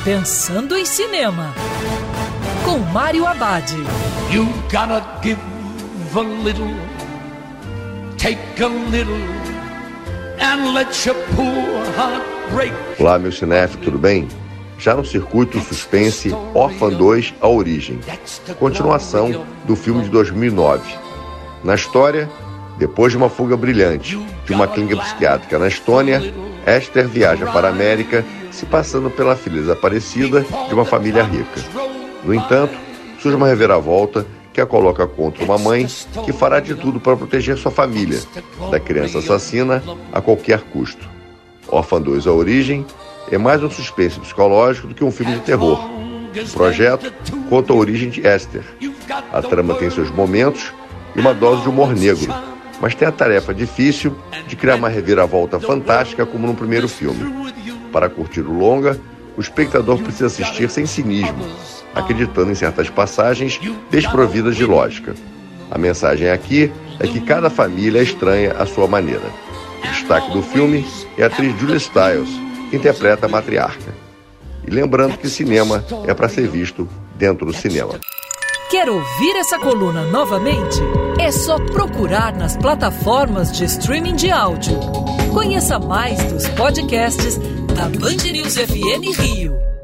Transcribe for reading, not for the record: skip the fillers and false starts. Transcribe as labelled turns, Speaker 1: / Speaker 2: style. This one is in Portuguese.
Speaker 1: Pensando em Cinema, com Mário Abad.
Speaker 2: You gotta give a little, take a little, and let your poor heart break.
Speaker 3: Olá, meu cinéfilo, tudo bem? Já no circuito suspense Orphan 2, A Origem, continuação do filme de 2009. Na história, depois de uma fuga brilhante de uma clínica psiquiátrica na Estônia, Esther viaja para a América, se passando pela filha desaparecida de uma família rica. No entanto, surge uma reviravolta que a coloca contra uma mãe que fará de tudo para proteger sua família da criança assassina a qualquer custo. Orphan 2, A Origem é mais um suspense psicológico do que um filme de terror. O projeto conta a origem de Esther. A trama tem seus momentos e uma dose de humor negro, mas tem a tarefa difícil de criar uma reviravolta fantástica como no primeiro filme. Para curtir o longa, o espectador precisa assistir sem cinismo, acreditando em certas passagens desprovidas de lógica. A mensagem aqui é que cada família é estranha à sua maneira. O destaque do filme é a atriz Julia Stiles, que interpreta a matriarca. E lembrando que cinema é para ser visto dentro do cinema.
Speaker 1: Quer ouvir essa coluna novamente? É só procurar nas plataformas de streaming de áudio. Conheça mais dos podcasts da Band News FM Rio.